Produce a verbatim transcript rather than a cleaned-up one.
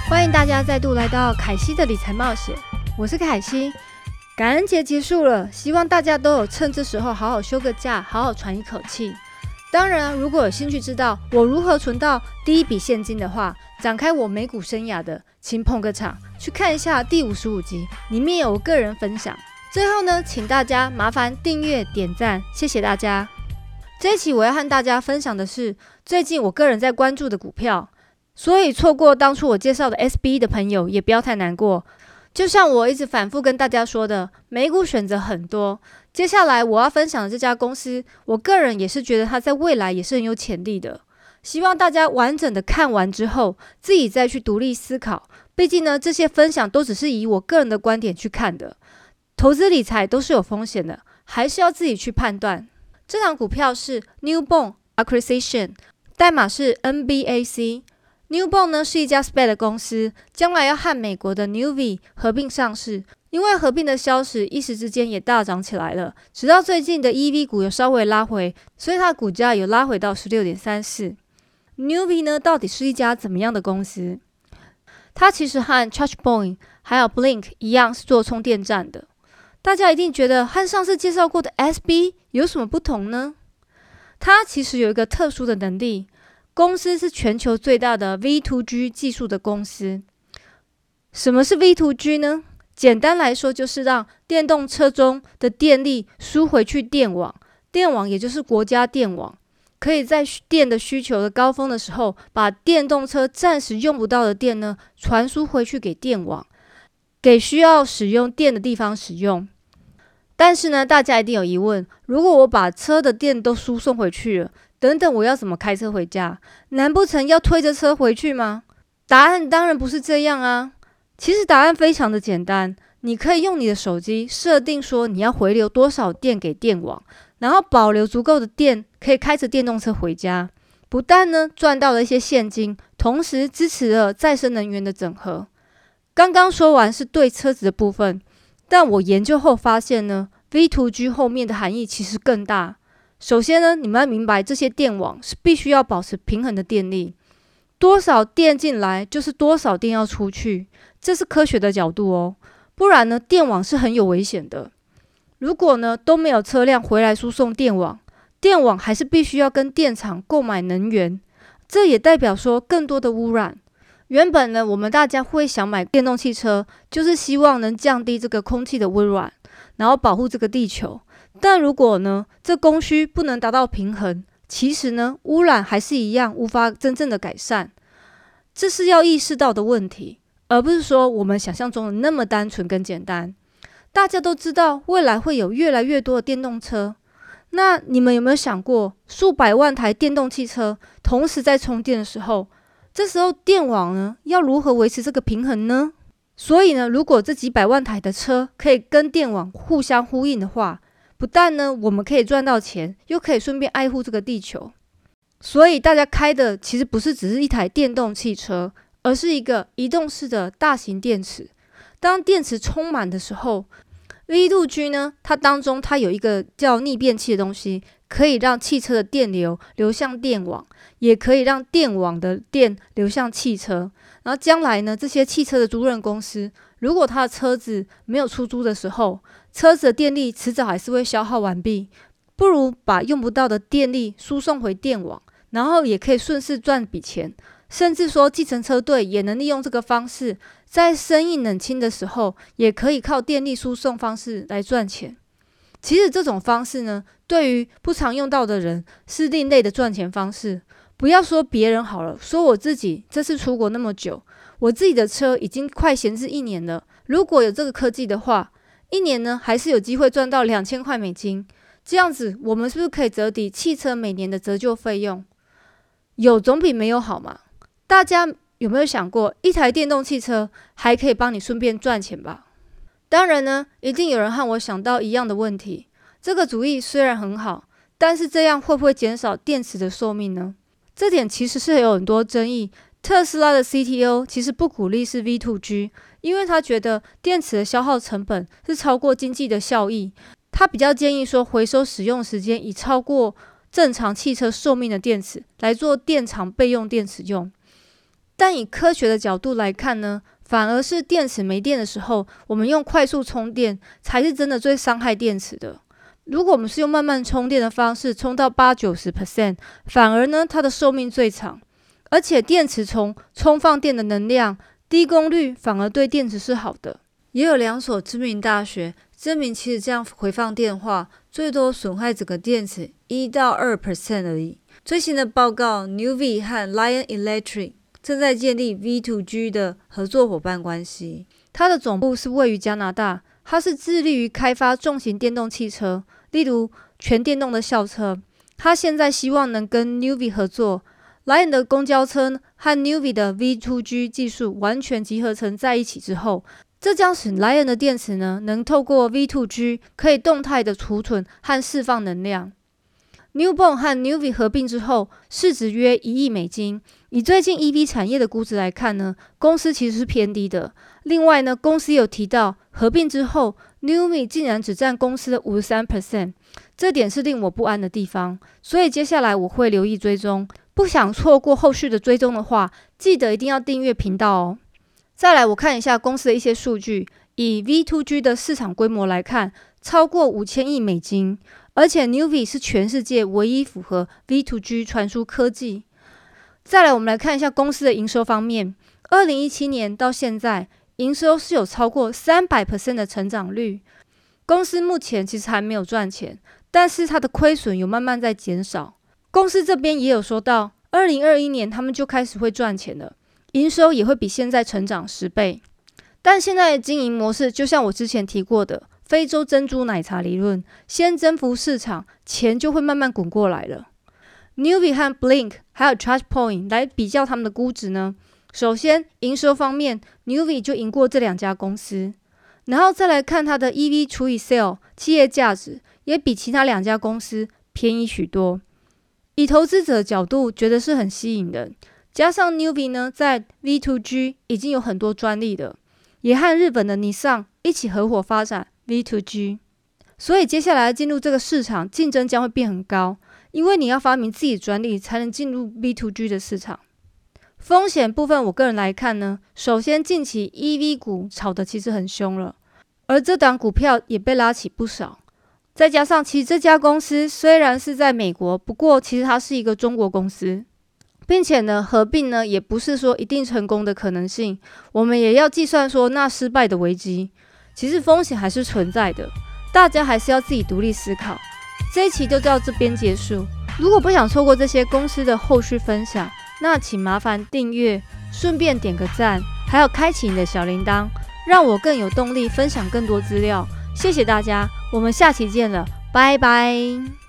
欢迎大家再度来到凯西的理财冒险，我是凯西。感恩节结束了，希望大家都有趁这时候好好休个假，好好喘一口气。当然，如果有兴趣知道我如何存到第一笔现金的话，展开我美股生涯的，请捧个场去看一下第五十五集，里面有我个人分享。最后呢，请大家麻烦订阅点赞，谢谢大家。这一期我要和大家分享的是最近我个人在关注的股票，所以错过当初我介绍的 S B E 的朋友也不要太难过。就像我一直反复跟大家说的，美股选择很多，接下来我要分享的这家公司，我个人也是觉得它在未来也是很有潜力的。希望大家完整的看完之后，自己再去独立思考。毕竟呢，这些分享都只是以我个人的观点去看的，投资理财都是有风险的，还是要自己去判断。这档股票是 Newborn Acquisition， 代码是 N B A C。Newborn 呢是一家 S P A C 的公司，将来要和美国的 Nuvve 合并上市。因为合并的消息一时之间也大涨起来了，直到最近的 E V 股有稍微拉回，所以它的股价有拉回到 十六点三四。Nuvve 呢到底是一家怎么样的公司？它其实和 ChargePoint 还有 Blink 一样是做充电站的。大家一定觉得和上次介绍过的 S B E 有什么不同呢？它其实有一个特殊的能力。公司是全球最大的 V to G 技术的公司。什么是 V to G 呢？简单来说，就是让电动车中的电力输回去电网，电网也就是国家电网，可以在电的需求的高峰的时候，把电动车暂时用不到的电呢，传输回去给电网，给需要使用电的地方使用。但是呢，大家一定有疑问，如果我把车的电都输送回去了，等等，我要怎么开车回家？难不成要推着车回去吗？答案当然不是这样啊。其实答案非常的简单，你可以用你的手机设定说你要回流多少电给电网，然后保留足够的电，可以开着电动车回家。不但呢赚到了一些现金，同时支持了再生能源的整合。刚刚说完是对车子的部分，但我研究后发现呢 ，V to G 后面的含义其实更大。首先呢，你们要明白这些电网是必须要保持平衡的电力，多少电进来就是多少电要出去，这是科学的角度哦。不然呢，电网是很有危险的。如果呢都没有车辆回来输送电网，电网还是必须要跟电厂购买能源，这也代表说更多的污染。原本呢，我们大家会想买电动汽车，就是希望能降低这个空气的污染，然后保护这个地球。但如果呢，这供需不能达到平衡，其实呢，污染还是一样无法真正的改善。这是要意识到的问题，而不是说我们想象中的那么单纯跟简单。大家都知道未来会有越来越多的电动车，那你们有没有想过，数百万台电动汽车同时在充电的时候，这时候电网呢要如何维持这个平衡呢？所以呢，如果这几百万台的车可以跟电网互相呼应的话，不但呢，我们可以赚到钱，又可以顺便爱护这个地球。所以大家开的其实不是只是一台电动汽车，而是一个移动式的大型电池。当电池充满的时候 ，V to G 呢，它当中它有一个叫逆变器的东西，可以让汽车的电流流向电网，也可以让电网的电流向汽车。然后将来呢，这些汽车的租赁公司，如果他的车子没有出租的时候，车子的电力迟早还是会消耗完毕，不如把用不到的电力输送回电网，然后也可以顺势赚笔钱。甚至说计程车队也能利用这个方式，在生意冷清的时候，也可以靠电力输送方式来赚钱。其实这种方式呢，对于不常用到的人是另类的赚钱方式。不要说别人好了，说我自己这次出国那么久，我自己的车已经快闲置一年了。如果有这个科技的话，一年呢还是有机会赚到两千块美金。这样子，我们是不是可以折抵汽车每年的折旧费用？有总比没有好嘛？大家有没有想过，一台电动汽车还可以帮你顺便赚钱吧？当然呢，一定有人和我想到一样的问题。这个主意虽然很好，但是这样会不会减少电池的寿命呢？这点其实是有很多争议。特斯拉的 C T O 其实不鼓励是 V to G， 因为他觉得电池的消耗成本是超过经济的效益。他比较建议说，回收使用时间已超过正常汽车寿命的电池来做电厂备用电池用。 但以科学的角度来看呢，反而是电池没电的时候，我们用快速充电才是真的最伤害电池的。如果我们是用慢慢充电的方式充到百分之九十，反而呢它的寿命最长。而且电池从充放电的能量低功率反而对电池是好的。也有两所知名大学证明，其实这样回放电话最多损害整个电池一到二 percent 而已。最新的报告 N U V 和 Lion Electric 正在建立 V to G 的合作伙伴关系。它的总部是位于加拿大，它是致力于开发重型电动汽车，例如全电动的校车。它现在希望能跟 N U V 合作。Lion 的公交车和 N U V 的 V to G 技术完全集合成在一起之后，这将使 Lion 的电池呢，能透过 V to G 可以动态的储存和释放能量。Newborn 和 N U V 合并之后，市值约一亿美金。以最近 E V 产业的估值来看呢，公司其实是偏低的。另外呢，公司有提到合并之后 N U V 竟然只占公司的 百分之五十三， 这点是令我不安的地方。所以接下来我会留意追踪。不想错过后续的追踪的话，记得一定要订阅频道哦。再来，我看一下公司的一些数据。以 V to G 的市场规模来看，超过五千亿美金，而且 N U V 是全世界唯一符合 V to G 传输科技。再来，我们来看一下公司的营收方面。二零一七年到现在，营收是有超过 百分之三百 的成长率。公司目前其实还没有赚钱，但是它的亏损有慢慢在减少。公司这边也有说到，二零二一年他们就开始会赚钱了，营收也会比现在成长十倍。但现在的经营模式，就像我之前提过的非洲珍珠奶茶理论，先征服市场，钱就会慢慢滚过来了。N U V 和 Blink 还有 ChargePoint 来比较他们的估值呢，首先营收方面 N U V 就赢过这两家公司，然后再来看它的 E V 除以 Sale 企业价值，也比其他两家公司便宜许多。以投资者的角度觉得是很吸引人，加上 N U V 呢在 V to G 已经有很多专利了，也和日本的 Nissan 一起合伙发展 V to G， 所以接下来进入这个市场竞争将会变很高，因为你要发明自己专利才能进入 V to G 的市场。风险部分我个人来看呢，首先近期 E V 股炒得其实很凶了，而这档股票也被拉起不少。再加上其实这家公司虽然是在美国，不过其实它是一个中国公司，并且呢合并呢也不是说一定成功的可能性，我们也要计算说那失败的危机，其实风险还是存在的，大家还是要自己独立思考。这一期就到这边结束，如果不想错过这些公司的后续分享，那请麻烦订阅，顺便点个赞，还有开启你的小铃铛，让我更有动力分享更多资料。谢谢大家，我们下期见了，拜拜。